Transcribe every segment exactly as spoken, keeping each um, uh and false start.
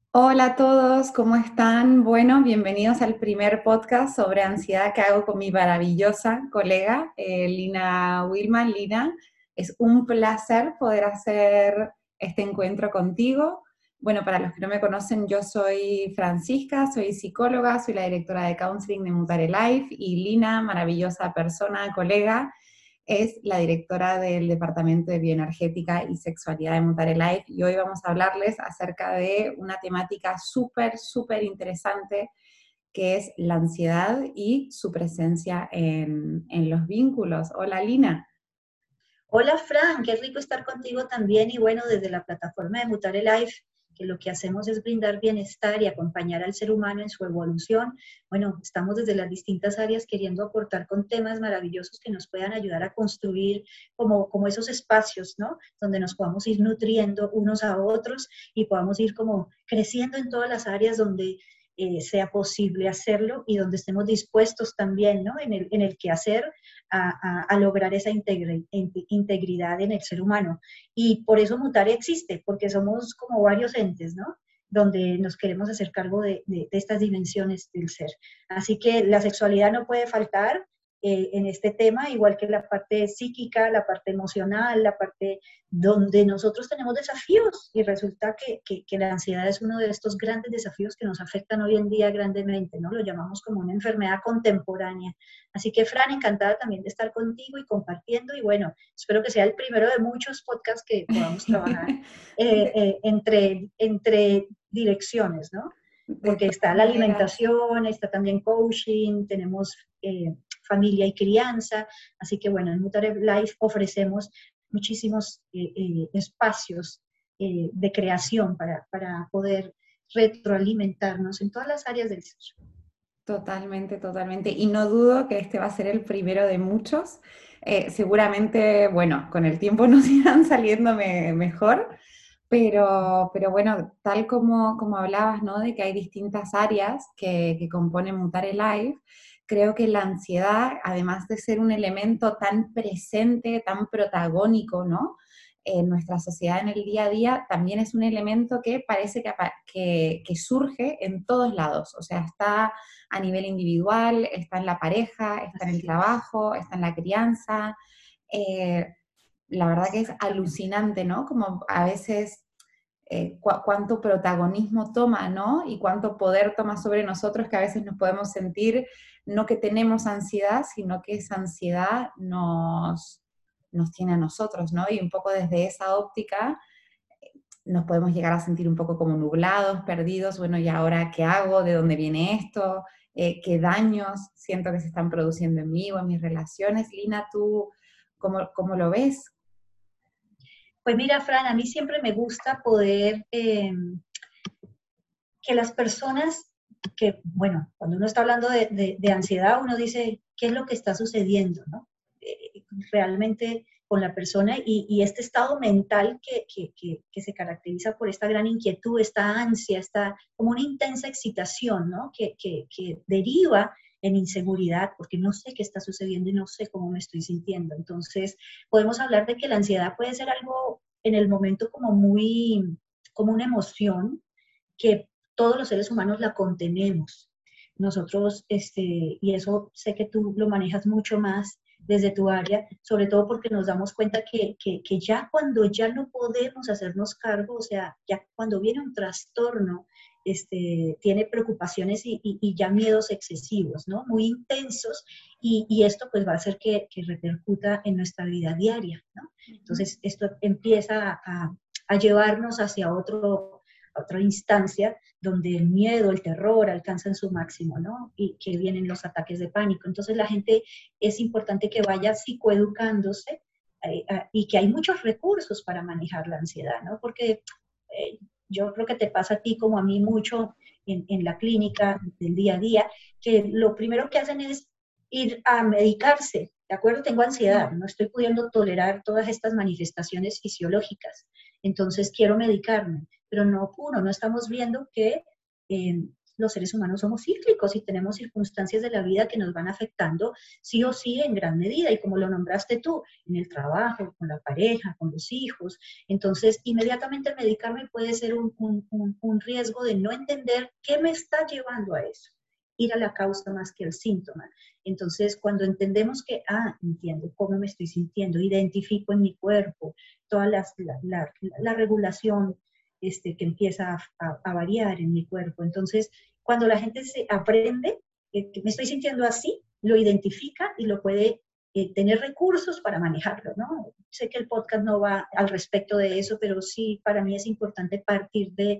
Hola a todos, ¿cómo están? Bueno, bienvenidos al primer podcast sobre ansiedad que hago con mi maravillosa colega, eh, Lina Wilman. Lina, es un placer poder hacer este encuentro contigo. Bueno, para los que no me conocen, yo soy Francisca, soy psicóloga, soy la directora de counseling de Mutare Life y Lina, maravillosa persona, colega, es la directora del Departamento de Bioenergética y Sexualidad de Mutare Life y hoy vamos a hablarles acerca de una temática súper, súper interesante que es la ansiedad y su presencia en, en los vínculos. Hola, Lina. Hola Fran, qué rico estar contigo también y bueno, desde la plataforma de Mutare Life, que lo que hacemos es brindar bienestar y acompañar al ser humano en su evolución. Bueno, estamos desde las distintas áreas queriendo aportar con temas maravillosos que nos puedan ayudar a construir como, como esos espacios, ¿no? Donde nos podamos ir nutriendo unos a otros y podamos ir como creciendo en todas las áreas donde eh, sea posible hacerlo y donde estemos dispuestos también, ¿no? En el, en el quehacer a, a, a lograr esa integri integridad en el ser humano. Y por eso Mutare existe, porque somos como varios entes, ¿no? Donde nos queremos hacer cargo de, de, de estas dimensiones del ser. Así que la sexualidad no puede faltar eh, en este tema, igual que la parte psíquica, la parte emocional, la parte donde nosotros tenemos desafíos y resulta que, que, que, la ansiedad es uno de estos grandes desafíos que nos afectan hoy en día grandemente, ¿no? Lo llamamos como una enfermedad contemporánea. Así que, Fran, encantada también de estar contigo y compartiendo y bueno, espero que sea el primero de muchos podcasts que podamos trabajar eh, eh, entre, entre direcciones, ¿no? De Porque todas está la maneras, alimentación, está también coaching, tenemos eh, familia y crianza, así que bueno, en Mutare Life ofrecemos muchísimos eh, eh, espacios eh, de creación para, para poder retroalimentarnos en todas las áreas del ser. totalmente, totalmente. Y no dudo que este va a ser el primero de muchos. Eh, seguramente, bueno, con el tiempo nos irán saliendo me- mejor, pero, pero bueno, tal como, como hablabas, ¿no? De que hay distintas áreas que, que componen Mutare Life, creo que la ansiedad, además de ser un elemento tan presente, tan protagónico, ¿no? En nuestra sociedad en el día a día, también es un elemento que parece que, que, que surge en todos lados, o sea, está a nivel individual, está en la pareja, está en el Así es. trabajo, está en la crianza. Eh, la verdad que es Exactamente. alucinante, ¿no? Como a veces eh, cu cuánto protagonismo toma, ¿no? Y cuánto poder toma sobre nosotros que a veces nos podemos sentir, no que tenemos ansiedad, sino que esa ansiedad nos, nos tiene a nosotros, ¿no? Y un poco desde esa óptica nos podemos llegar a sentir un poco como nublados, perdidos, bueno, ¿y ahora qué hago? ¿De dónde viene esto? Eh, ¿Qué daños siento que se están produciendo en mí o en mis relaciones? Lina, ¿tú cómo, cómo lo ves? Pues mira, Fran, a mí siempre me gusta poder eh, que las personas que, bueno, cuando uno está hablando de, de, de, ansiedad, uno dice, ¿qué es lo que está sucediendo? ¿No? Eh, realmente con la persona y, y este estado mental que, que, que, que, se caracteriza por esta gran inquietud, esta ansia, esta como una intensa excitación, ¿no? Que, que, que deriva en inseguridad, porque no sé qué está sucediendo y no sé cómo me estoy sintiendo. Entonces, podemos hablar de que la ansiedad puede ser algo en el momento como muy, como una emoción que todos los seres humanos la contenemos. Nosotros, este, y eso sé que tú lo manejas mucho más desde tu área, sobre todo porque nos damos cuenta que, que, que ya cuando ya no podemos hacernos cargo, o sea, ya cuando viene un trastorno, este, tiene preocupaciones y, y, y, ya miedos excesivos, ¿no? Muy intensos, y, y esto pues va a hacer que, que, repercuta en nuestra vida diaria, ¿no? Entonces, esto empieza a, a llevarnos hacia otro, otra instancia donde el miedo, el terror alcanzan su máximo, ¿no? Y que vienen los ataques de pánico. Entonces la gente es importante que vaya psicoeducándose eh, eh, y que hay muchos recursos para manejar la ansiedad, ¿no? Porque eh, yo creo que te pasa a ti como a mí mucho en, en la clínica del día a día, que lo primero que hacen es ir a medicarse. ¿De acuerdo? Tengo ansiedad, no estoy pudiendo tolerar todas estas manifestaciones fisiológicas, entonces quiero medicarme, pero no, uno, no estamos viendo que eh, los seres humanos somos cíclicos y tenemos circunstancias de la vida que nos van afectando sí o sí en gran medida, y como lo nombraste tú, en el trabajo, con la pareja, con los hijos. Entonces, inmediatamente el medicarme puede ser un, un, un, un riesgo de no entender qué me está llevando a eso, ir a la causa más que al síntoma. Entonces, cuando entendemos que, ah, entiendo cómo me estoy sintiendo, identifico en mi cuerpo toda las, la, la, la regulación este, que empieza a, a, a, variar en mi cuerpo. Entonces, cuando la gente se aprende eh, que me estoy sintiendo así, lo identifica y lo puede eh, tener recursos para manejarlo, ¿no? Sé que el podcast no va al respecto de eso, pero sí para mí es importante partir de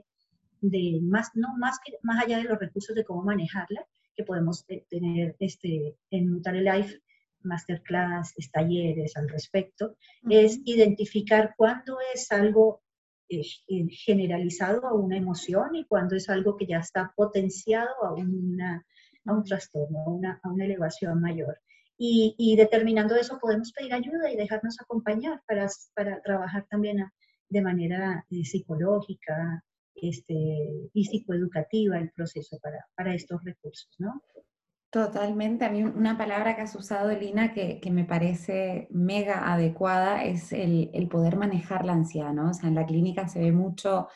de más, no, más, que, más allá de los recursos de cómo manejarla, que podemos eh, tener este, en Mutare Life, masterclass, talleres al respecto, uh-huh. Es identificar cuándo es algo eh, generalizado a una emoción y cuándo es algo que ya está potenciado a, una, a un trastorno, a una, a una elevación mayor. Y, y determinando eso podemos pedir ayuda y dejarnos acompañar para, para trabajar también a, de manera eh, psicológica, Este, y psicoeducativa el proceso para, para estos recursos, ¿no? Totalmente. A mí una palabra que has usado, Lina, que, que me parece mega adecuada es el, el poder manejar la ansiedad, ¿no? O sea, en la clínica se ve mucho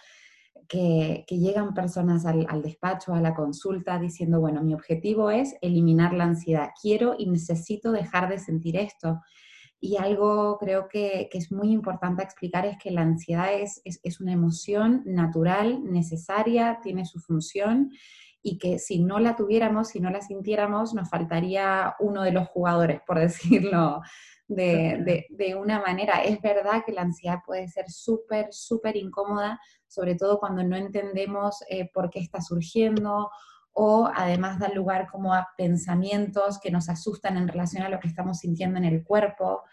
que, que llegan personas al, al despacho, a la consulta, diciendo, bueno, mi objetivo es eliminar la ansiedad. Quiero y necesito dejar de sentir esto. Y algo creo que, que es muy importante explicar es que la ansiedad es, es, es una emoción natural, necesaria, tiene su función, y que si no la tuviéramos, si no la sintiéramos, nos faltaría uno de los jugadores, por decirlo de, de, de una manera. Es verdad que la ansiedad puede ser súper, súper incómoda, sobre todo cuando no entendemos eh, por qué está surgiendo, o además da lugar como a pensamientos que nos asustan en relación a lo que estamos sintiendo en el cuerpo,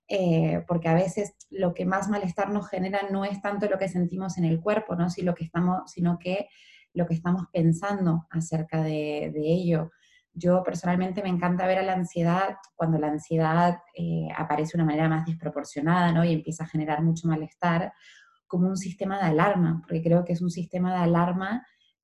eh, porque a veces lo que más malestar nos genera no es tanto lo que sentimos en el cuerpo, ¿no? Si lo que estamos, sino que lo que estamos pensando acerca de, de ello. Yo personalmente me encanta ver a la ansiedad cuando la ansiedad eh, aparece de una manera más desproporcionada, ¿no? Y empieza a generar mucho malestar, como un sistema de alarma, porque creo que es un sistema de alarma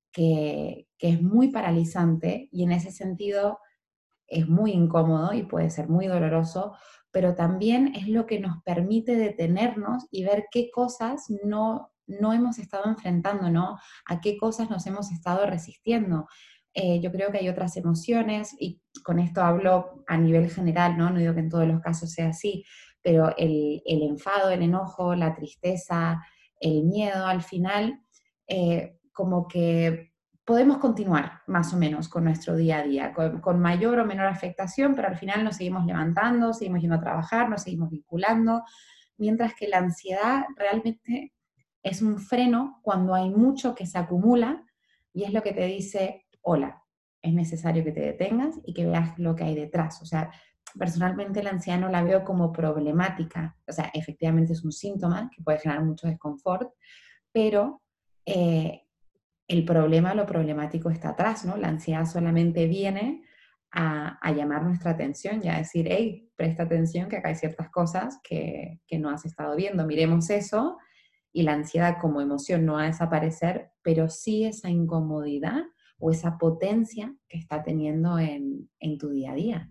que, que es muy paralizante y en ese sentido es muy incómodo y puede ser muy doloroso, pero también es lo que nos permite detenernos y ver qué cosas no, no hemos estado enfrentando, ¿no? A qué cosas nos hemos estado resistiendo. Eh, yo creo que hay otras emociones, y con esto hablo a nivel general, ¿no? No digo que en todos los casos sea así, pero el, el enfado, el enojo, la tristeza, el miedo, al final, eh, como que podemos continuar más o menos con nuestro día a día, con, con mayor o menor afectación, pero al final nos seguimos levantando, seguimos yendo a trabajar, nos seguimos vinculando, mientras que la ansiedad realmente es un freno cuando hay mucho que se acumula y es lo que te dice, hola, es necesario que te detengas y que veas lo que hay detrás. O sea, personalmente la ansiedad no la veo como problemática, o sea, efectivamente es un síntoma que puede generar mucho desconfort, pero eh, el problema, lo problemático está atrás, ¿no? La ansiedad solamente viene a, a llamar nuestra atención y a decir, hey, presta atención que acá hay ciertas cosas que, que no has estado viendo, miremos eso, y la ansiedad como emoción no va a desaparecer, pero sí esa incomodidad o esa potencia que está teniendo en, en tu día a día.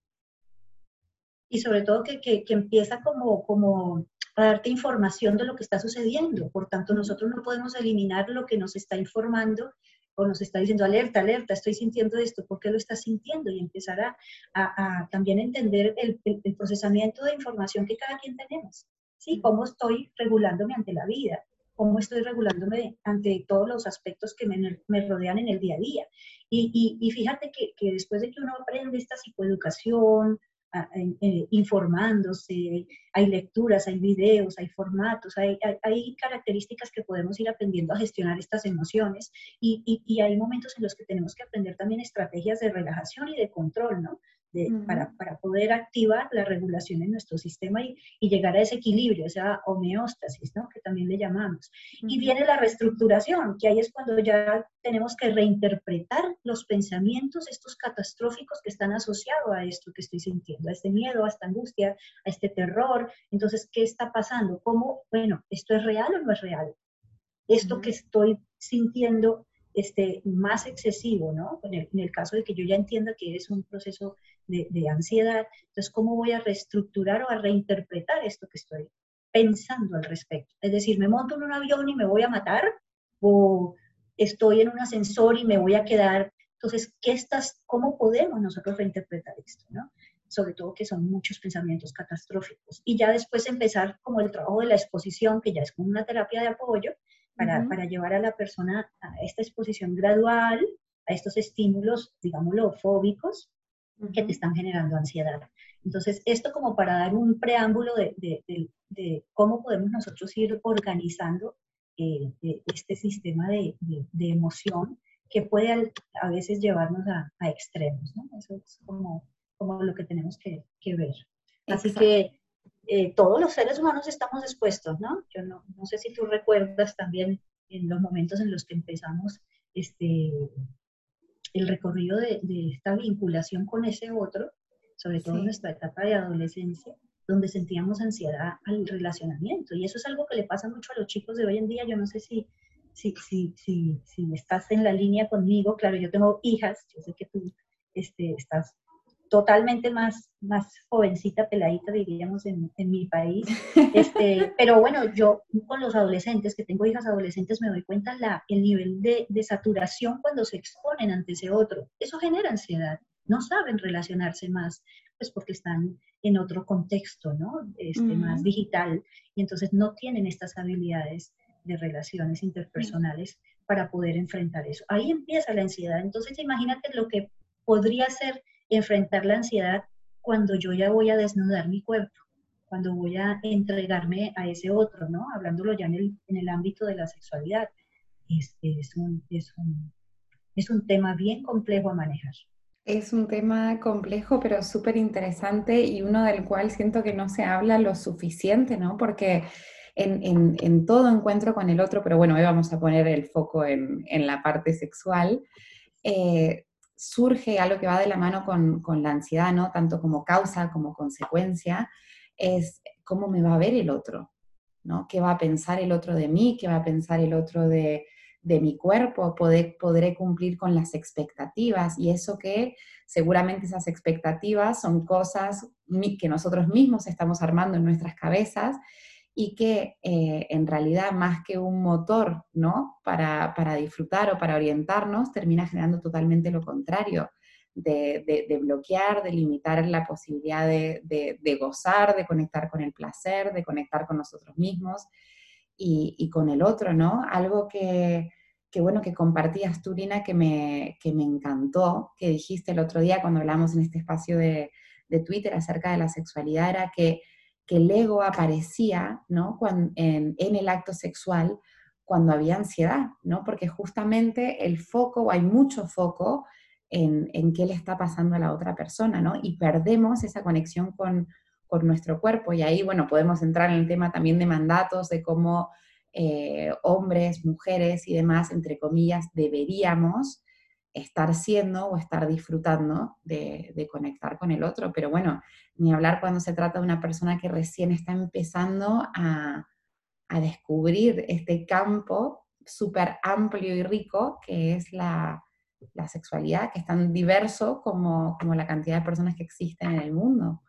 Y sobre todo que, que, que empieza como, como a darte información de lo que está sucediendo. Por tanto, nosotros no podemos eliminar lo que nos está informando o nos está diciendo, alerta, alerta, estoy sintiendo esto, ¿por qué lo estás sintiendo? Y empezar a, a, a también entender el, el, el procesamiento de información que cada quien tenemos. ¿Sí? Cómo estoy regulándome ante la vida, cómo estoy regulándome ante todos los aspectos que me, me rodean en el día a día. Y, y, y fíjate que, que después de que uno aprende esta psicoeducación, Eh, informándose, hay lecturas, hay videos, hay formatos, hay, hay, hay características que podemos ir aprendiendo a gestionar estas emociones y, y, y hay momentos en los que tenemos que aprender también estrategias de relajación y de control, ¿no? De, uh-huh. para, para poder activar la regulación en nuestro sistema y, y llegar a ese equilibrio, esa homeostasis, ¿no? Que también le llamamos. Uh-huh. Y viene la reestructuración, que ahí es cuando ya tenemos que reinterpretar los pensamientos, estos catastróficos que están asociados a esto que estoy sintiendo, a este miedo, a esta angustia, a este terror. Entonces, ¿qué está pasando? ¿Cómo? Bueno, ¿esto es real o no es real? Esto uh-huh. que estoy sintiendo este, más excesivo, ¿no? En el, en el caso de que yo ya entienda que es un proceso de, de ansiedad, entonces, ¿cómo voy a reestructurar o a reinterpretar esto que estoy pensando al respecto? Es decir, ¿me monto en un avión y me voy a matar? ¿O estoy en un ascensor y me voy a quedar? Entonces, ¿qué estás, ¿cómo podemos nosotros reinterpretar esto, ¿no? Sobre todo que son muchos pensamientos catastróficos. Y ya después empezar como el trabajo de la exposición, que ya es como una terapia de apoyo, para, Ujú. para llevar a la persona a esta exposición gradual, a estos estímulos, digámoslo, fóbicos, que te Ujú. están generando ansiedad. Entonces, esto como para dar un preámbulo de, de, de, de cómo podemos nosotros ir organizando eh, de este sistema de, de, de emoción que puede al, a veces llevarnos a, a extremos, ¿no? Eso es como, como lo que tenemos que, que ver. Así Exacto. que eh, todos los seres humanos estamos expuestos, ¿no? Yo no, no sé si tú recuerdas también en los momentos en los que empezamos este, el recorrido de, de esta vinculación con ese otro, sobre todo en Sí. nuestra etapa de adolescencia, donde sentíamos ansiedad al relacionamiento. Y eso es algo que le pasa mucho a los chicos de hoy en día. Yo no sé si, si, si, si, si estás en la línea conmigo. Claro, yo tengo hijas, yo sé que tú este, estás totalmente más, más jovencita, peladita, diríamos, en, en mi país. Este, pero bueno, yo con los adolescentes, que tengo hijas adolescentes, me doy cuenta la, el nivel de, de saturación cuando se exponen ante ese otro. Eso genera ansiedad. No saben relacionarse más, pues porque están en otro contexto, ¿no? Este, más Ujú. digital, y entonces no tienen estas habilidades de relaciones interpersonales para poder enfrentar eso. Ahí empieza la ansiedad. Entonces imagínate lo que podría ser enfrentar la ansiedad cuando yo ya voy a desnudar mi cuerpo, cuando voy a entregarme a ese otro, ¿no? Hablándolo ya en el, en el ámbito de la sexualidad. Es, es, un, es, un, es un tema bien complejo a manejar. Es un tema complejo, pero súper interesante y uno del cual siento que no se habla lo suficiente, ¿no? Porque en, en- en todo encuentro con el otro, pero bueno, hoy vamos a poner el foco en, en la parte sexual, eh, surge algo que va de la mano con, con la ansiedad, ¿no? Tanto como causa como consecuencia, es cómo me va a ver el otro, ¿no? ¿Qué va a pensar el otro de mí? ¿Qué va a pensar el otro de, de mi cuerpo? ¿Podré, podré cumplir con las expectativas? Y eso que seguramente esas expectativas son cosas que nosotros mismos estamos armando en nuestras cabezas y que eh, en realidad más que un motor, ¿no? Para, para disfrutar o para orientarnos, termina generando totalmente lo contrario, de, de, de bloquear, de limitar la posibilidad de, de, de gozar, de conectar con el placer, de conectar con nosotros mismos y, y con el otro, ¿no? Algo que, que bueno, que compartías tú, Lina, que me, que me encantó, que dijiste el otro día cuando hablamos en este espacio de, de Twitter acerca de la sexualidad, era que que el ego aparecía, ¿no? Cuando, en, en el acto sexual cuando había ansiedad, ¿no? Porque justamente el foco, o hay mucho foco en, en qué le está pasando a la otra persona, ¿no? Y perdemos esa conexión con, con nuestro cuerpo. Y ahí, bueno, podemos entrar en el tema también de mandatos, de cómo eh, hombres, mujeres y demás, entre comillas, deberíamos estar siendo o estar disfrutando de, de conectar con el otro. Pero bueno, ni hablar cuando se trata de una persona que recién está empezando a, a descubrir este campo súper amplio y rico que es la, la sexualidad, que es tan diverso como, como la cantidad de personas que existen en el mundo.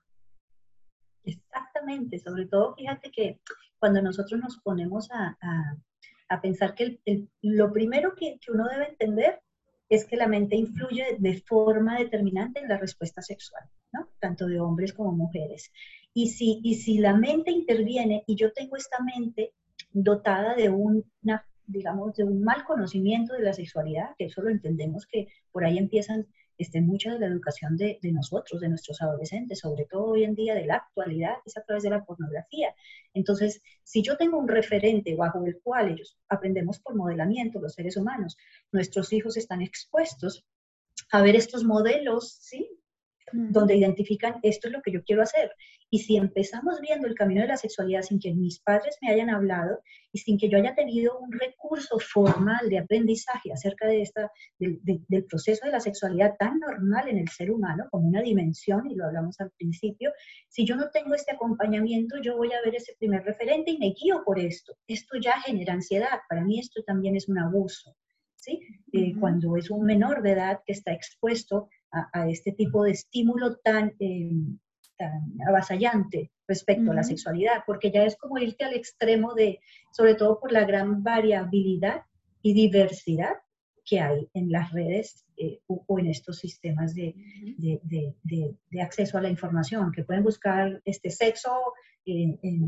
Exactamente, sobre todo fíjate que cuando nosotros nos ponemos a, a, a pensar que el, el, lo primero que, que, uno debe entender es que la mente influye de forma determinante en la respuesta sexual, ¿no? Tanto de hombres como mujeres. Y si, y si la mente interviene y yo tengo esta mente dotada de una, digamos, de un mal conocimiento de la sexualidad, que eso lo entendemos que por ahí empiezan este, mucha de la educación de, de nosotros, de nuestros adolescentes, sobre todo hoy en día de la actualidad, es a través de la pornografía. Entonces, si yo tengo un referente bajo el cual ellos aprendemos por modelamiento, los seres humanos, nuestros hijos están expuestos a ver estos modelos, ¿sí? Mm. Donde identifican esto es lo que yo quiero hacer. Y si empezamos viendo el camino de la sexualidad sin que mis padres me hayan hablado y sin que yo haya tenido un recurso formal de aprendizaje acerca de esta, de, de, del proceso de la sexualidad tan normal en el ser humano como una dimensión, y lo hablamos al principio, si yo no tengo este acompañamiento, yo voy a ver ese primer referente y me guío por esto. Esto ya genera ansiedad. Para mí esto también es un abuso. ¿sí? Eh, Ujú. cuando es un menor de edad que está expuesto a, a este tipo de estímulo tan, eh, tan avasallante respecto a la Ujú. sexualidad, porque ya es como irte al extremo de, sobre todo por la gran variabilidad y diversidad que hay en las redes eh, o, o en estos sistemas de, de, de, de, de acceso a la información, que pueden buscar este sexo eh, en,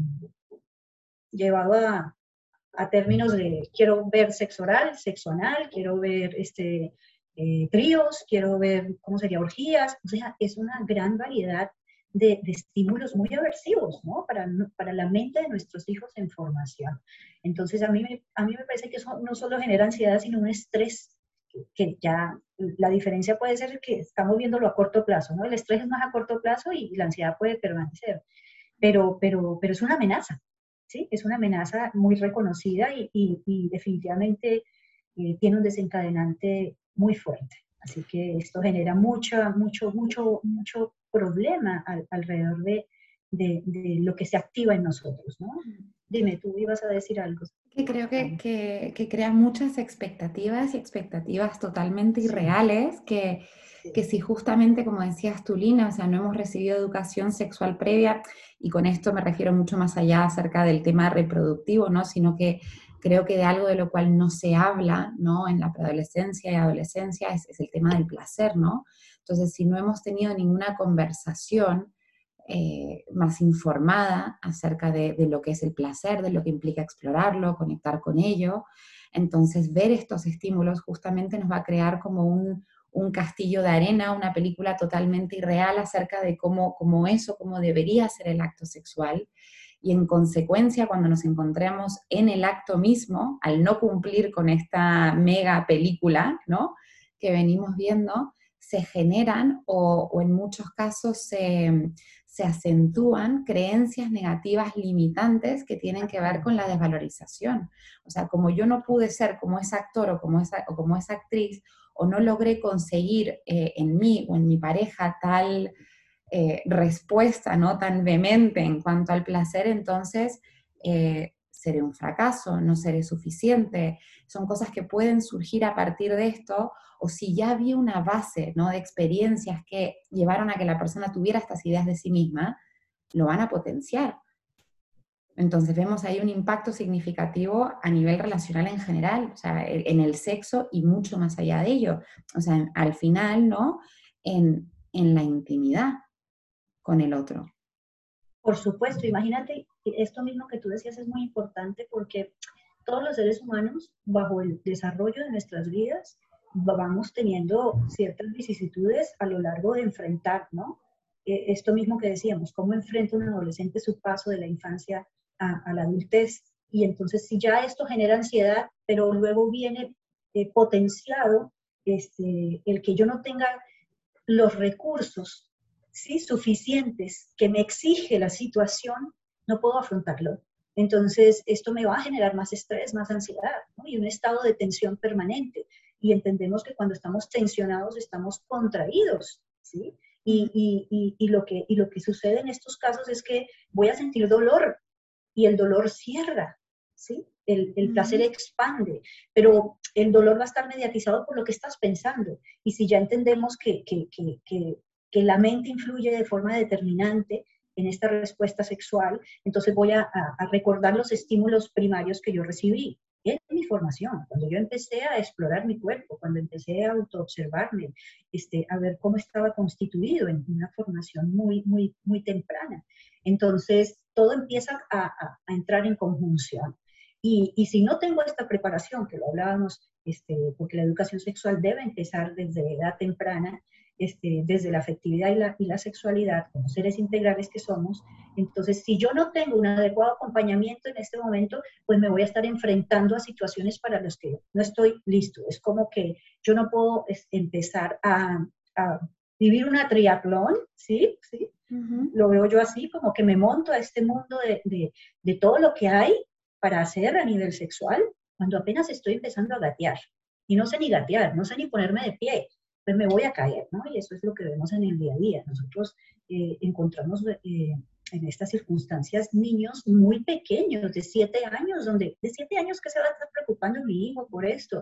llevado a, a términos de quiero ver sexo oral, sexo anal, quiero ver este, eh, tríos, quiero ver, ¿cómo sería? Orgías. O sea, es una gran variedad de, de estímulos muy aversivos, ¿no? Para, para la mente de nuestros hijos en formación. Entonces, a mí, me, a mí me parece que eso no solo genera ansiedad, sino un estrés que, que ya la diferencia puede ser que estamos viéndolo a corto plazo, ¿no? El estrés es más a corto plazo y la ansiedad puede permanecer, pero, pero, pero es una amenaza, ¿sí? Es una amenaza muy reconocida y, y, y definitivamente eh, tiene un desencadenante muy fuerte. Así que esto genera mucho, mucho, mucho, mucho problema al, alrededor de, de, de, lo que se activa en nosotros, ¿no? Dime, tú ibas a decir algo. Que creo que, que, que crea muchas expectativas y expectativas totalmente Sí, irreales que, sí. que si justamente, como decías tú, Lina, o sea, no hemos recibido educación sexual previa, y con esto me refiero mucho más allá acerca del tema reproductivo, ¿no? Sino que creo que de algo de lo cual no se habla, ¿no? En la preadolescencia y adolescencia es, es el tema del placer, ¿no? Entonces, si no hemos tenido ninguna conversación eh, más informada acerca de, de lo que es el placer, de lo que implica explorarlo, conectar con ello. Entonces, ver estos estímulos justamente nos va a crear como un, un castillo de arena, una película totalmente irreal acerca de cómo, cómo eso, cómo debería ser el acto sexual. Y en consecuencia, cuando nos encontremos en el acto mismo, al no cumplir con esta mega película, ¿no? Que venimos viendo, se generan o, o en muchos casos se, se acentúan creencias negativas limitantes que tienen que ver con la desvalorización. O sea, como yo no pude ser como ese actor o como esa, o como esa actriz, o no logré conseguir eh, en mí o en mi pareja tal eh, respuesta, ¿no? Tan vehemente en cuanto al placer, entonces eh, seré un fracaso, no seré suficiente. Son cosas que pueden surgir a partir de esto, o si ya había una base, ¿no? De experiencias que llevaron a que la persona tuviera estas ideas de sí misma, lo van a potenciar. Entonces vemos ahí un impacto significativo a nivel relacional en general, o sea, en el sexo y mucho más allá de ello. O sea, al final, ¿no? En, en la intimidad con el otro. Por supuesto, imagínate, esto mismo que tú decías es muy importante porque todos los seres humanos, bajo el desarrollo de nuestras vidas, vamos teniendo ciertas vicisitudes a lo largo de enfrentar, ¿no? Eh, esto mismo que decíamos, cómo enfrenta un adolescente su paso de la infancia a, a la adultez. Y entonces, si ya esto genera ansiedad, pero luego viene eh, potenciado este, el que yo no tenga los recursos, ¿sí? Suficientes que me exige la situación, no puedo afrontarlo. Entonces, esto me va a generar más estrés, más ansiedad, ¿no? Y un estado de tensión permanente. Y entendemos que cuando estamos tensionados estamos contraídos, ¿sí? Y, y, y, y, lo que, y lo que sucede en estos casos es que voy a sentir dolor y el dolor cierra, ¿sí? El, el placer expande, pero el dolor va a estar mediatizado por lo que estás pensando. Y si ya entendemos que, que, que, que, que la mente influye de forma determinante en esta respuesta sexual, entonces voy a, a, a recordar los estímulos primarios que yo recibí en mi formación, cuando yo empecé a explorar mi cuerpo, cuando empecé a autoobservarme, este, a ver cómo estaba constituido en una formación muy, muy, muy temprana. Entonces, todo empieza a, a, a entrar en conjunción. Y, y, si no tengo esta preparación, que lo hablábamos, este, porque la educación sexual debe empezar desde edad temprana, este, desde la afectividad y la, y la sexualidad, como seres integrales que somos, entonces si yo no tengo un adecuado acompañamiento en este momento, pues me voy a estar enfrentando a situaciones para las que no estoy listo. Es como que yo no puedo es, empezar a, a vivir una triatlón, ¿sí? ¿Sí? Uh-huh. Lo veo yo así, como que me monto a este mundo de, de, de todo lo que hay para hacer a nivel sexual, cuando apenas estoy empezando a gatear. Y no sé ni gatear, no sé ni ponerme de pie, pues me voy a caer, ¿no? Y eso es lo que vemos en el día a día. Nosotros eh, encontramos eh, en estas circunstancias niños muy pequeños, de siete años, donde de siete años que se va a estar preocupando mi hijo por esto.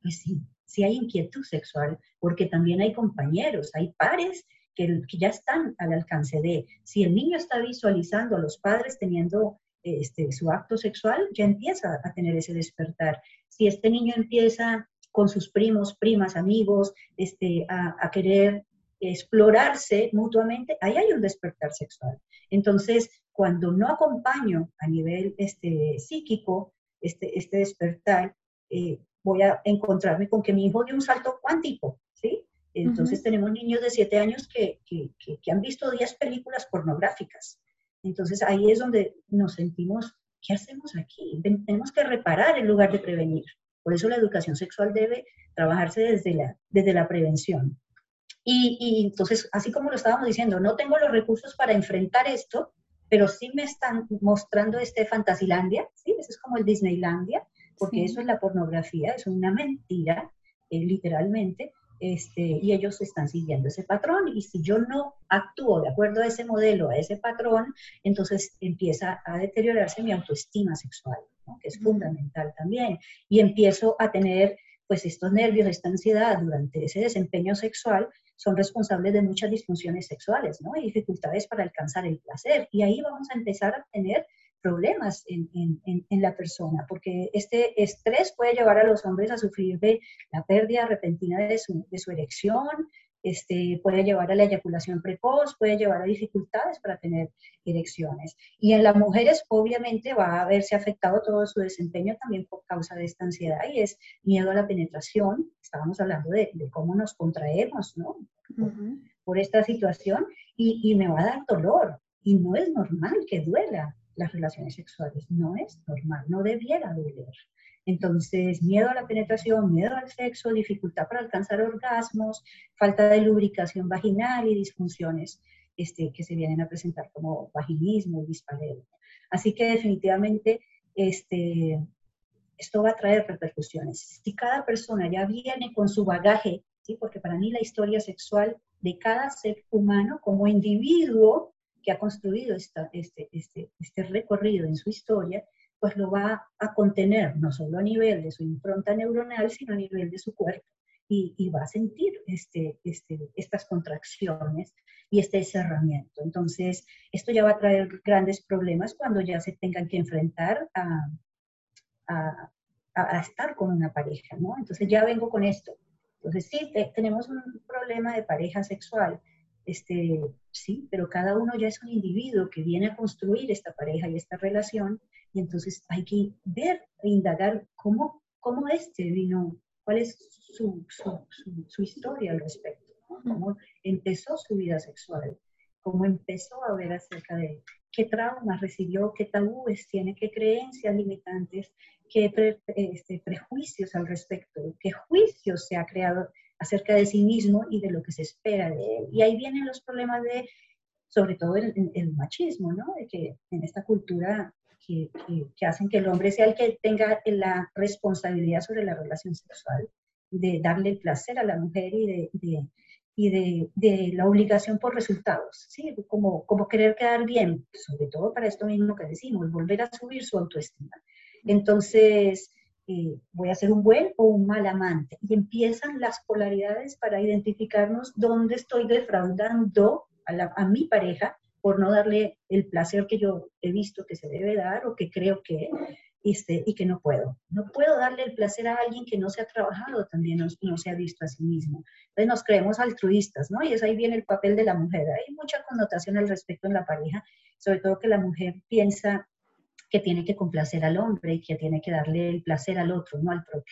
Pues sí, sí hay inquietud sexual, porque también hay compañeros, hay pares que, que ya están al alcance de, si el niño está visualizando a los padres teniendo este, su acto sexual, ya empieza a tener ese despertar. Si este niño empieza con sus primos, primas, amigos, este, a, a querer explorarse mutuamente, ahí hay un despertar sexual. Entonces, cuando no acompaño a nivel este, psíquico este, este despertar, eh, voy a encontrarme con que mi hijo dio un salto cuántico, ¿sí? Entonces uh-huh. tenemos niños de siete años que, que, que, que han visto diez películas pornográficas. Entonces ahí es donde nos sentimos, ¿qué hacemos aquí? Tenemos que reparar en lugar de prevenir. Por eso la educación sexual debe trabajarse desde la, desde la prevención. Y, y entonces, así como lo estábamos diciendo, no tengo los recursos para enfrentar esto, pero sí me están mostrando este Fantasilandia, ¿sí? Eso es como el Disneylandia, porque sí. Eso es la pornografía, es una mentira, eh, literalmente, este, y ellos están siguiendo ese patrón, y si yo no actúo de acuerdo a ese modelo, a ese patrón, entonces empieza a deteriorarse mi autoestima sexual, ¿no? Que es fundamental también, y empiezo a tener pues estos nervios, esta ansiedad durante ese desempeño sexual, son responsables de muchas disfunciones sexuales, ¿no? Y dificultades para alcanzar el placer, y ahí vamos a empezar a tener problemas en, en, en la persona, porque este estrés puede llevar a los hombres a sufrir de la pérdida repentina de su, de su erección, este, puede llevar a la eyaculación precoz, puede llevar a dificultades para tener erecciones. Y en las mujeres obviamente va a verse afectado todo su desempeño también por causa de esta ansiedad, y es miedo a la penetración. Estábamos hablando de, de cómo nos contraemos, ¿no? Por, uh-huh. por esta situación, y, y me va a dar dolor, y no es normal que duela las relaciones sexuales, no es normal, no debiera doler. Entonces, miedo a la penetración, miedo al sexo, dificultad para alcanzar orgasmos, falta de lubricación vaginal y disfunciones este, que se vienen a presentar como vaginismo y dispareunia. Así que definitivamente este, esto va a traer repercusiones. Si cada persona ya viene con su bagaje, ¿sí? Porque para mí la historia sexual de cada ser humano como individuo que ha construido esta, este, este, este recorrido en su historia, pues lo va a contener, no solo a nivel de su impronta neuronal, sino a nivel de su cuerpo. Y, y va a sentir este, este, estas contracciones y este cerramiento. Entonces, esto ya va a traer grandes problemas cuando ya se tengan que enfrentar a, a, a estar con una pareja, ¿no? Entonces, ya vengo con esto. Entonces, sí, te, tenemos un problema de pareja sexual, este, sí, pero cada uno ya es un individuo que viene a construir esta pareja y esta relación, y entonces hay que ver e indagar cómo, cómo este vino, cuál es su, su, su, su historia al respecto, ¿no? Cómo empezó su vida sexual, cómo empezó a ver acerca de qué traumas recibió, qué tabúes tiene, qué creencias limitantes, qué pre, este, prejuicios al respecto, qué juicios se ha creado acerca de sí mismo y de lo que se espera de él. Y ahí vienen los problemas de, sobre todo el, el machismo, ¿no? De que en esta cultura que, que, que hacen que el hombre sea el que tenga la responsabilidad sobre la relación sexual, de darle el placer a la mujer y de, de, y de, de la obligación por resultados, ¿sí? Como, como querer quedar bien, sobre todo para esto mismo que decimos, volver a subir su autoestima. Entonces, Eh, voy a ser un buen o un mal amante. Y empiezan las polaridades para identificarnos dónde estoy defraudando a, la, a mi pareja por no darle el placer que yo he visto que se debe dar o que creo que, este, y que no puedo. No puedo darle el placer a alguien que no se ha trabajado también, no, no se ha visto a sí mismo. Entonces nos creemos altruistas, ¿no? Y es ahí viene el papel de la mujer. Hay mucha connotación al respecto en la pareja, sobre todo que la mujer piensa que tiene que complacer al hombre y que tiene que darle el placer al otro, no al propio.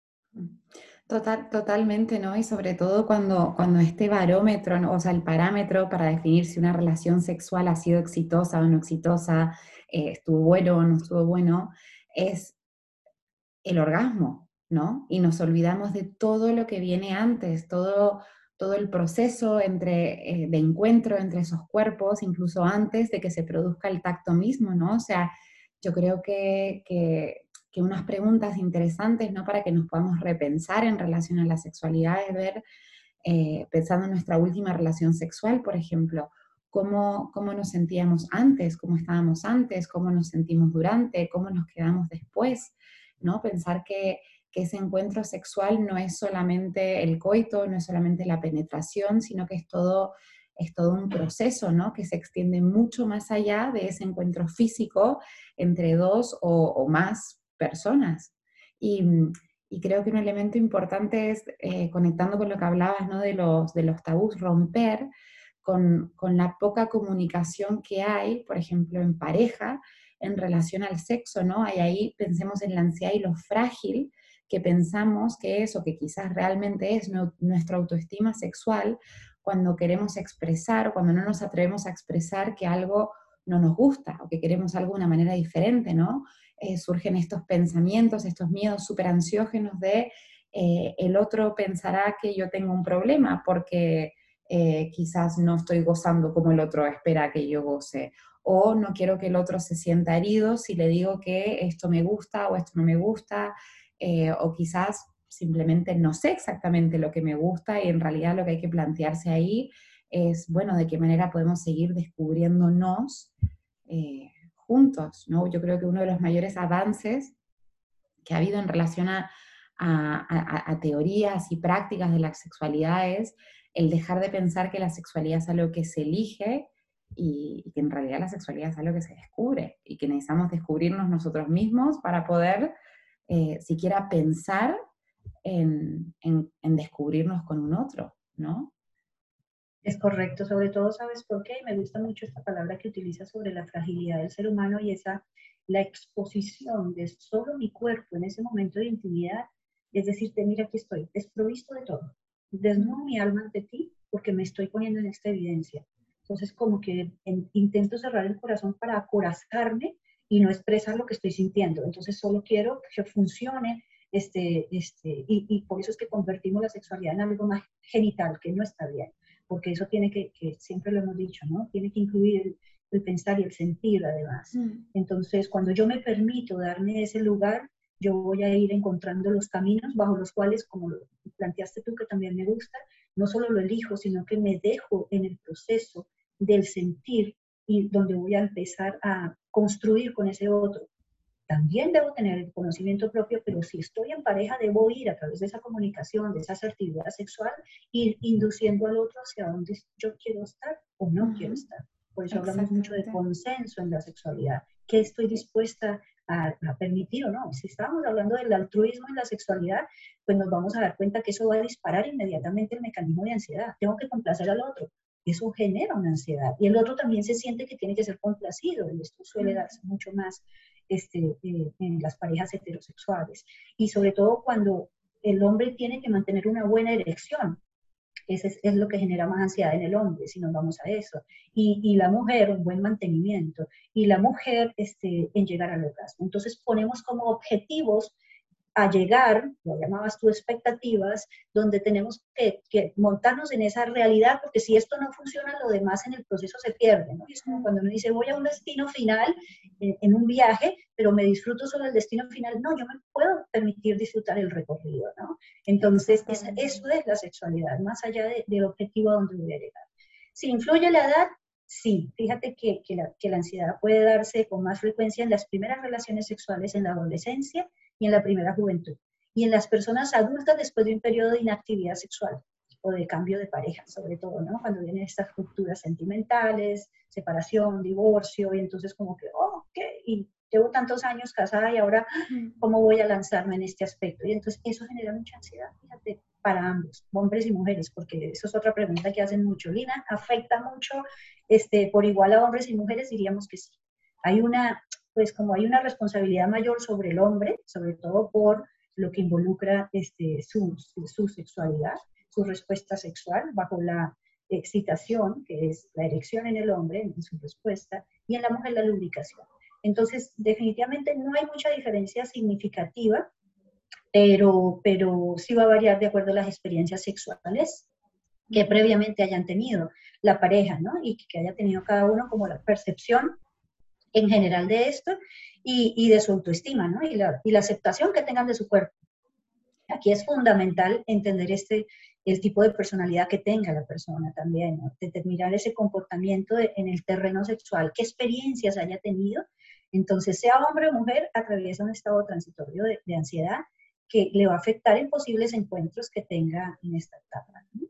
Total, totalmente, ¿no? Y sobre todo cuando, cuando este barómetro, ¿no? O sea, el parámetro para definir si una relación sexual ha sido exitosa o no exitosa, eh, estuvo bueno o no estuvo bueno, es el orgasmo, ¿no? Y nos olvidamos de todo lo que viene antes, todo, todo el proceso entre, eh, de encuentro entre esos cuerpos, incluso antes de que se produzca el tacto mismo, ¿no? O sea, yo creo que, que, que unas preguntas interesantes, ¿no? Para que nos podamos repensar en relación a la sexualidad es ver, eh, pensando en nuestra última relación sexual, por ejemplo, cómo, cómo nos sentíamos antes, cómo estábamos antes, cómo nos sentimos durante, cómo nos quedamos después, ¿no? Pensar que, que ese encuentro sexual no es solamente el coito, no es solamente la penetración, sino que es todo, es todo un proceso, ¿no? Que se extiende mucho más allá de ese encuentro físico entre dos o, o más personas. Y, y creo que un elemento importante es, eh, conectando con lo que hablabas, ¿no? de, los, de los tabús, romper con, con la poca comunicación que hay, por ejemplo, en pareja, en relación al sexo, ¿no? Y ahí pensemos en la ansiedad y lo frágil que pensamos que es, o que quizás realmente es no, nuestra autoestima sexual, cuando queremos expresar, o cuando no nos atrevemos a expresar que algo no nos gusta, o que queremos algo de una manera diferente, ¿no? Eh, surgen estos pensamientos, estos miedos súper ansiógenos de eh, el otro pensará que yo tengo un problema, porque eh, quizás no estoy gozando como el otro espera que yo goce, o no quiero que el otro se sienta herido si le digo que esto me gusta o esto no me gusta, eh, o quizás simplemente no sé exactamente lo que me gusta y en realidad lo que hay que plantearse ahí es, bueno, de qué manera podemos seguir descubriéndonos eh, juntos, ¿no? Yo creo que uno de los mayores avances que ha habido en relación a, a, a, a teorías y prácticas de la sexualidad es el dejar de pensar que la sexualidad es algo que se elige y, y que en realidad la sexualidad es algo que se descubre y que necesitamos descubrirnos nosotros mismos para poder eh, siquiera pensar en, en, en descubrirnos con un otro, ¿no? Es correcto, sobre todo, ¿sabes por qué? Me gusta mucho esta palabra que utiliza sobre la fragilidad del ser humano y esa, la exposición de solo mi cuerpo en ese momento de intimidad, es decirte, mira, aquí estoy, desprovisto de todo, desnudo mi alma ante ti porque me estoy poniendo en esta evidencia. Entonces, como que en, intento cerrar el corazón para acorazarme y no expresar lo que estoy sintiendo. Entonces, solo quiero que funcione, este, este, y, y por eso es que convertimos la sexualidad en algo más genital, que no está bien, porque eso tiene que, que siempre lo hemos dicho, ¿no? Tiene que incluir el, el pensar y el sentir además. Mm. Entonces, cuando yo me permito darme ese lugar, yo voy a ir encontrando los caminos bajo los cuales, como lo planteaste tú, que también me gusta, no solo lo elijo, sino que me dejo en el proceso del sentir y donde voy a empezar a construir con ese otro. También debo tener el conocimiento propio, pero si estoy en pareja, debo ir a través de esa comunicación, de esa asertividad sexual, ir induciendo al otro hacia donde yo quiero estar o no uh-huh. quiero estar. Por eso hablamos mucho de consenso en la sexualidad. ¿Qué estoy dispuesta a, a permitir o no? Si estamos hablando del altruismo en la sexualidad, pues nos vamos a dar cuenta que eso va a disparar inmediatamente el mecanismo de ansiedad. Tengo que complacer al otro. Eso genera una ansiedad. Y el otro también se siente que tiene que ser complacido. Y esto suele darse mucho más Este, eh, en las parejas heterosexuales. Y sobre todo cuando el hombre tiene que mantener una buena erección. Ese es, es lo que genera más ansiedad en el hombre, si nos vamos a eso. Y, y la mujer, un buen mantenimiento. Y la mujer este, en llegar al orgasmo. Entonces ponemos como objetivos a llegar, lo llamabas tú expectativas, donde tenemos que, que montarnos en esa realidad, porque si esto no funciona, lo demás en el proceso se pierde, ¿no? Y es como cuando uno dice, voy a un destino final en, en un viaje, pero me disfruto solo el destino final. No, yo me puedo permitir disfrutar el recorrido, ¿no? Entonces, es, eso es la sexualidad, más allá de, del objetivo a donde voy a llegar. Si influye la edad, sí. Fíjate que, que, la, que la ansiedad puede darse con más frecuencia en las primeras relaciones sexuales en la adolescencia y en la primera juventud. Y en las personas adultas después de un periodo de inactividad sexual o de cambio de pareja, sobre todo, ¿no? Cuando vienen estas rupturas sentimentales, separación, divorcio, y entonces como que, oh, ¿qué? Y llevo tantos años casada y ahora, ¿cómo voy a lanzarme en este aspecto? Y entonces eso genera mucha ansiedad, fíjate, para ambos, hombres y mujeres, porque eso es otra pregunta que hacen mucho. Lina, ¿afecta mucho este, por igual a hombres y mujeres? Diríamos que sí. Hay una, pues como hay una responsabilidad mayor sobre el hombre, sobre todo por lo que involucra este, su, su, su sexualidad, su respuesta sexual, bajo la excitación, que es la erección en el hombre, en su respuesta, y en la mujer la lubricación. Entonces, definitivamente no hay mucha diferencia significativa, pero, pero sí va a variar de acuerdo a las experiencias sexuales que previamente hayan tenido la pareja, ¿no? Y que haya tenido cada uno como la percepción en general de esto y, y de su autoestima, ¿no? Y la, y la aceptación que tengan de su cuerpo. Aquí es fundamental entender este, el tipo de personalidad que tenga la persona también, ¿no? Determinar ese comportamiento de, en el terreno sexual, qué experiencias haya tenido. Entonces, sea hombre o mujer, atraviesa un estado transitorio de, de ansiedad que le va a afectar en posibles encuentros que tenga en esta etapa, ¿no?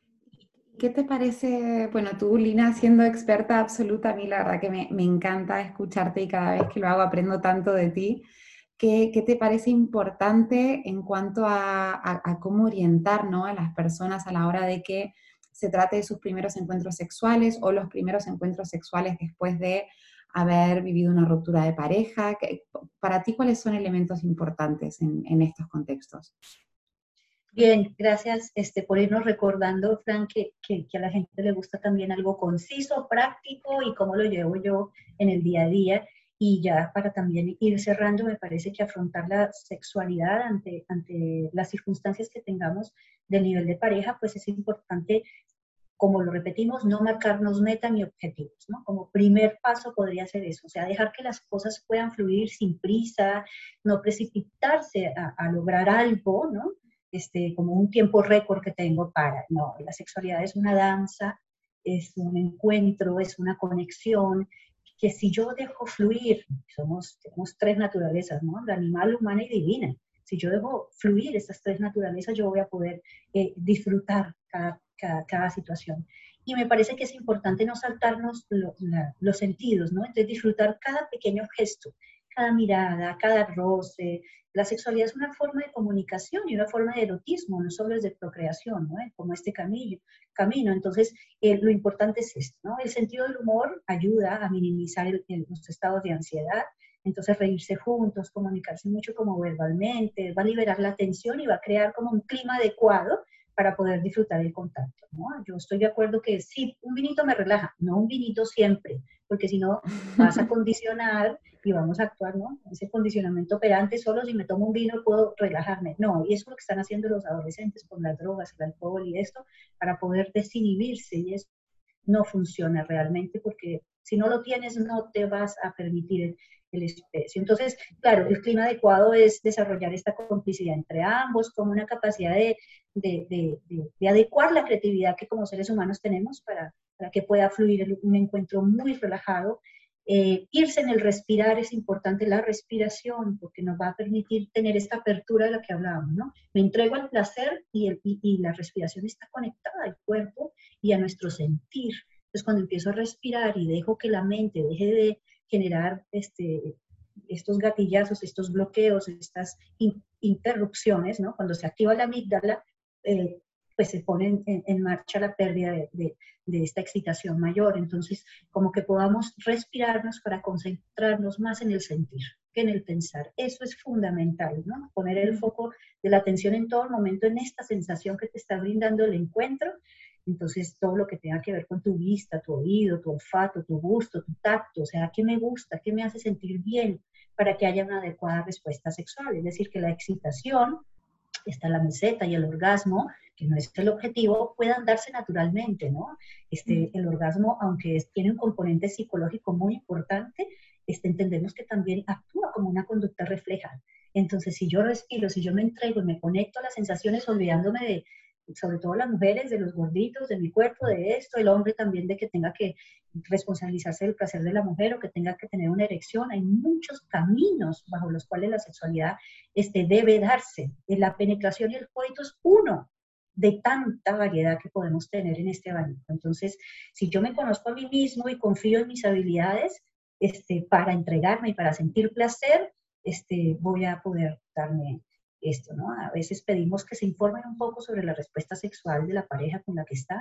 ¿Qué te parece, bueno, tú, Lina, siendo experta absoluta, a mí la verdad que me, me encanta escucharte y cada vez que lo hago aprendo tanto de ti? ¿Qué, qué te parece importante en cuanto a, a, a cómo orientar, ¿no?, a las personas a la hora de que se trate de sus primeros encuentros sexuales o los primeros encuentros sexuales después de haber vivido una ruptura de pareja? ¿Qué, para ti, cuáles son elementos importantes en, en estos contextos? Bien, gracias este, por irnos recordando, Fran, que, que, que a la gente le gusta también algo conciso, práctico y cómo lo llevo yo en el día a día. Y ya para también ir cerrando, me parece que afrontar la sexualidad ante, ante las circunstancias que tengamos del nivel de pareja, pues es importante, como lo repetimos, no marcarnos meta ni objetivos, ¿no? Como primer paso podría ser eso, o sea, dejar que las cosas puedan fluir sin prisa, no precipitarse a, a lograr algo, ¿no? Este, como un tiempo récord que tengo para, no, la sexualidad es una danza, es un encuentro, es una conexión, que si yo dejo fluir, somos, tenemos tres naturalezas, ¿no? La animal, humana y divina. Si yo dejo fluir estas tres naturalezas, yo voy a poder eh, disfrutar cada, cada, cada situación. Y me parece que es importante no saltarnos lo, la, los sentidos, ¿no? Entonces disfrutar cada pequeño gesto, cada mirada, cada roce. La sexualidad es una forma de comunicación y una forma de erotismo, no solo es de procreación, ¿no? Como este camino. camino. Entonces, eh, lo importante es esto, ¿no? El sentido del humor ayuda a minimizar el, el, los estados de ansiedad. Entonces, reírse juntos, comunicarse mucho como verbalmente, va a liberar la tensión y va a crear como un clima adecuado para poder disfrutar el contacto, ¿no? Yo estoy de acuerdo que sí, un vinito me relaja, no un vinito siempre, porque si no vas a condicionar y vamos a actuar, ¿no? Ese condicionamiento operante, solo si me tomo un vino puedo relajarme. No, y eso es lo que están haciendo los adolescentes con las drogas, el alcohol y esto, para poder desinhibirse, y eso no funciona realmente, porque si no lo tienes no te vas a permitir el, el espacio. Entonces, claro, el clima adecuado es desarrollar esta complicidad entre ambos, como una capacidad de, de, de, de, de adecuar la creatividad que como seres humanos tenemos para, para que pueda fluir un encuentro muy relajado. Eh, irse en el respirar, es importante la respiración, porque nos va a permitir tener esta apertura de la que hablábamos, ¿no? Me entrego al placer y, el, y, y la respiración está conectada al cuerpo y a nuestro sentir. Entonces, cuando empiezo a respirar y dejo que la mente deje de generar este, estos gatillazos, estos bloqueos, estas in, interrupciones, ¿no? Cuando se activa la amígdala, eh, pues se pone en, en marcha la pérdida de, de, de esta excitación mayor. Entonces, como que podamos respirarnos para concentrarnos más en el sentir que en el pensar. Eso es fundamental, ¿no? Poner el foco de la atención en todo momento en esta sensación que te está brindando el encuentro. Entonces, todo lo que tenga que ver con tu vista, tu oído, tu olfato, tu gusto, tu tacto, o sea, ¿qué me gusta? ¿Qué me hace sentir bien? Para que haya una adecuada respuesta sexual. Es decir, que la excitación, está la meseta y el orgasmo, que no es el objetivo, puedan darse naturalmente, ¿no? Este, el orgasmo, aunque es, tiene un componente psicológico muy importante, este, entendemos que también actúa como una conducta refleja. Entonces, si yo respiro, si yo me entrego y me conecto a las sensaciones, olvidándome de, sobre todo las mujeres, de los gorditos, de mi cuerpo, de esto, el hombre también de que tenga que responsabilizarse del placer de la mujer o que tenga que tener una erección. Hay muchos caminos bajo los cuales la sexualidad este, debe darse. La penetración y el coito es uno de tanta variedad que podemos tener en este abanico. Entonces, si yo me conozco a mí mismo y confío en mis habilidades este, para entregarme y para sentir placer, este, voy a poder darme esto, ¿no? A veces pedimos que se informen un poco sobre la respuesta sexual de la pareja con la que están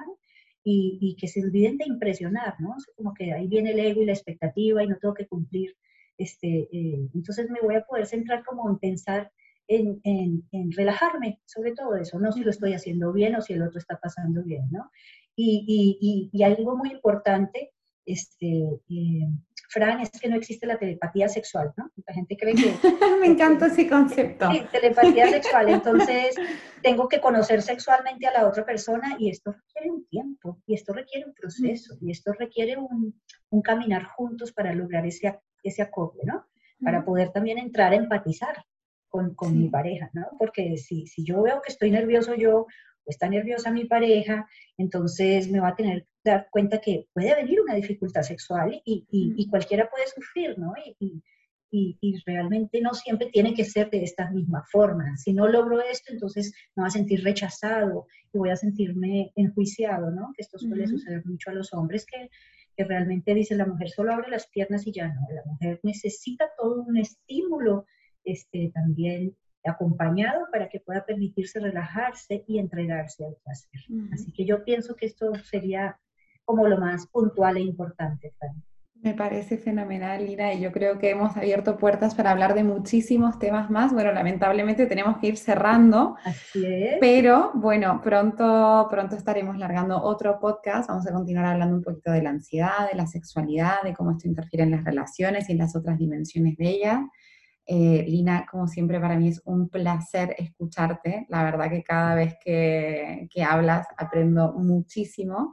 y, y que se olviden de impresionar, ¿no? O sea, como que ahí viene el ego y la expectativa y no tengo que cumplir. Este, eh, entonces me voy a poder centrar como en pensar en, en, en relajarme sobre todo eso, no si lo estoy haciendo bien o si el otro está pasando bien, ¿no? Y, y, y, y algo muy importante, este, eh, Fran, es que no existe la telepatía sexual, ¿no? La gente cree que... Me encanta ese concepto. Sí, telepatía sexual, entonces tengo que conocer sexualmente a la otra persona y esto requiere un tiempo, y esto requiere un proceso, y esto requiere un, un caminar juntos para lograr ese, ese acople, ¿no? Para poder también entrar a empatizar con, con sí. mi pareja, ¿no? Porque si, si yo veo que estoy nervioso yo, o está nerviosa mi pareja, entonces me va a tener que dar cuenta que puede venir una dificultad sexual y, y, y cualquiera puede sufrir, ¿no? Y, y, y, y realmente no siempre tiene que ser de esta misma forma. Si no logro esto, entonces me voy a sentir rechazado y voy a sentirme enjuiciado, ¿no? Que esto suele Ujú. suceder mucho a los hombres que, que realmente dicen la mujer solo abre las piernas y ya no. La mujer necesita todo un estímulo este, también acompañado para que pueda permitirse relajarse y entregarse al placer. Ujú. Así que yo pienso que esto sería como lo más puntual e importante, Fran. Me parece fenomenal, Lina, y yo creo que hemos abierto puertas para hablar de muchísimos temas más. Bueno, lamentablemente tenemos que ir cerrando, Así es. pero bueno, pronto, pronto estaremos largando otro podcast. Vamos a continuar hablando un poquito de la ansiedad, de la sexualidad, de cómo esto interfiere en las relaciones y en las otras dimensiones de ellas. Eh, Lina, como siempre, para mí es un placer escucharte. La verdad que cada vez que, que hablas aprendo muchísimo.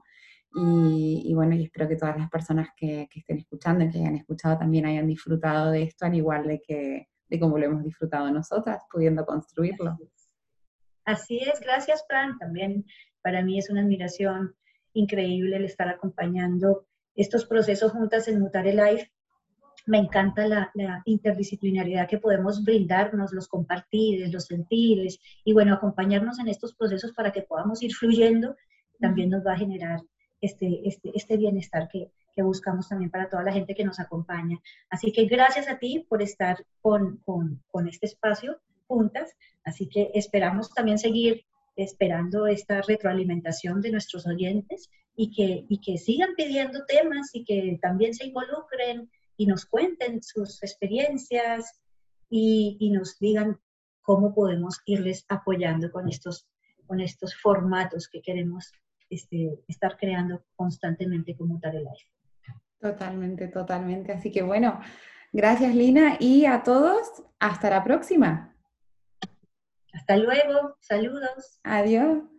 Y, y bueno, y espero que todas las personas que, que estén escuchando y que hayan escuchado también hayan disfrutado de esto, al igual de que de como lo hemos disfrutado nosotras, pudiendo construirlo. Así es. Así es, gracias, Fran. También para mí es una admiración increíble el estar acompañando estos procesos juntas en Mutare Life. Me encanta la, la interdisciplinariedad que podemos brindarnos, los compartires, los sentires, y bueno, acompañarnos en estos procesos para que podamos ir fluyendo, también nos va a generar este, este, este bienestar que, que buscamos también para toda la gente que nos acompaña. Así que gracias a ti por estar con, con, con este espacio juntas, así que esperamos también seguir esperando esta retroalimentación de nuestros oyentes y que, y que sigan pidiendo temas y que también se involucren y nos cuenten sus experiencias y, y nos digan cómo podemos irles apoyando con estos, con estos formatos que queremos este, estar creando constantemente como Mutare Life. Totalmente, totalmente. Así que bueno, gracias, Lina, y a todos, hasta la próxima. Hasta luego, saludos. Adiós.